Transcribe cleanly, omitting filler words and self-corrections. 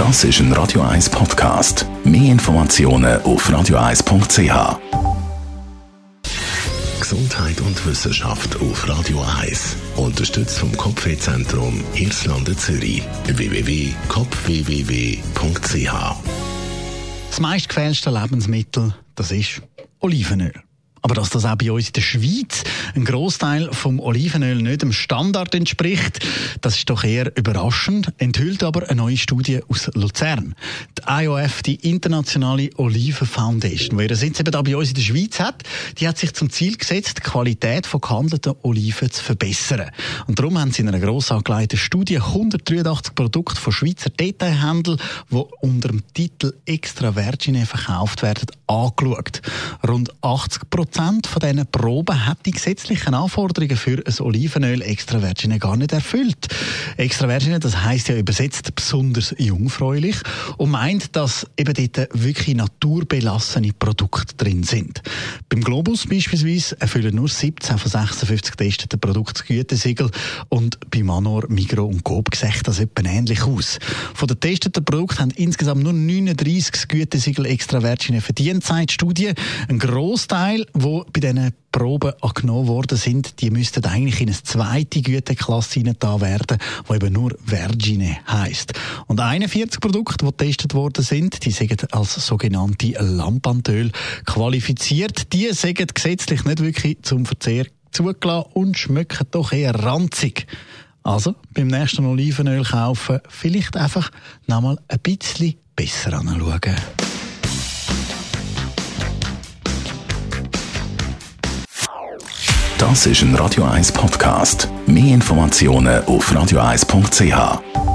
Das ist ein Radio 1 Podcast. Mehr Informationen auf radio1.ch. Gesundheit und Wissenschaft auf Radio 1. Unterstützt vom Kopfwehzentrum Irlande Zürich. www.kopfwww.ch. Das meistgefälschte Lebensmittel, das ist Olivenöl. Aber dass das auch bei uns in der Schweiz ein Grossteil vom Olivenöl nicht dem Standard entspricht, das ist doch eher überraschend, enthüllt aber eine neue Studie aus Luzern. Die IOF, die Internationale Oliven Foundation, die ihren Sitz eben da bei uns in der Schweiz hat, die hat sich zum Ziel gesetzt, die Qualität von gehandelten Oliven zu verbessern. Und darum haben sie in einer gross angelegten Studie 183 Produkte von Schweizer Detailhändlern, die unter dem Titel Extra Vergine verkauft werden, angeschaut. Rund 80% von diesen Proben hat die gesetzlichen Anforderungen für ein Olivenöl Extra Vergine gar nicht erfüllt. Extra Vergine, das heisst ja übersetzt besonders jungfräulich und meint, dass eben dort wirklich naturbelassene Produkte drin sind. Beim Globus beispielsweise erfüllen nur 17 von 56 getesteten Produkten das Gütesiegel und bei Manor, Migros und Coop sieht das etwa ähnlich aus. Von den getesteten Produkten haben insgesamt nur 39 das Gütesiegel Extra Vergine verdient, sagt die Studie. Ein Grossteil, wo bei diesen Proben angenommen worden sind, die müssten eigentlich in eine zweite Güteklasse hineingetan werden, die eben nur Vergine heisst. Und 41 Produkte, die getestet worden sind, die sind als sogenannte Lampantöl qualifiziert. Die sind gesetzlich nicht wirklich zum Verzehr zugelassen und schmecken doch eher ranzig. Also beim nächsten Olivenöl kaufen vielleicht einfach nochmal ein bisschen besser anschauen. Das ist ein Radio 1 Podcast. Mehr Informationen auf radio1.ch.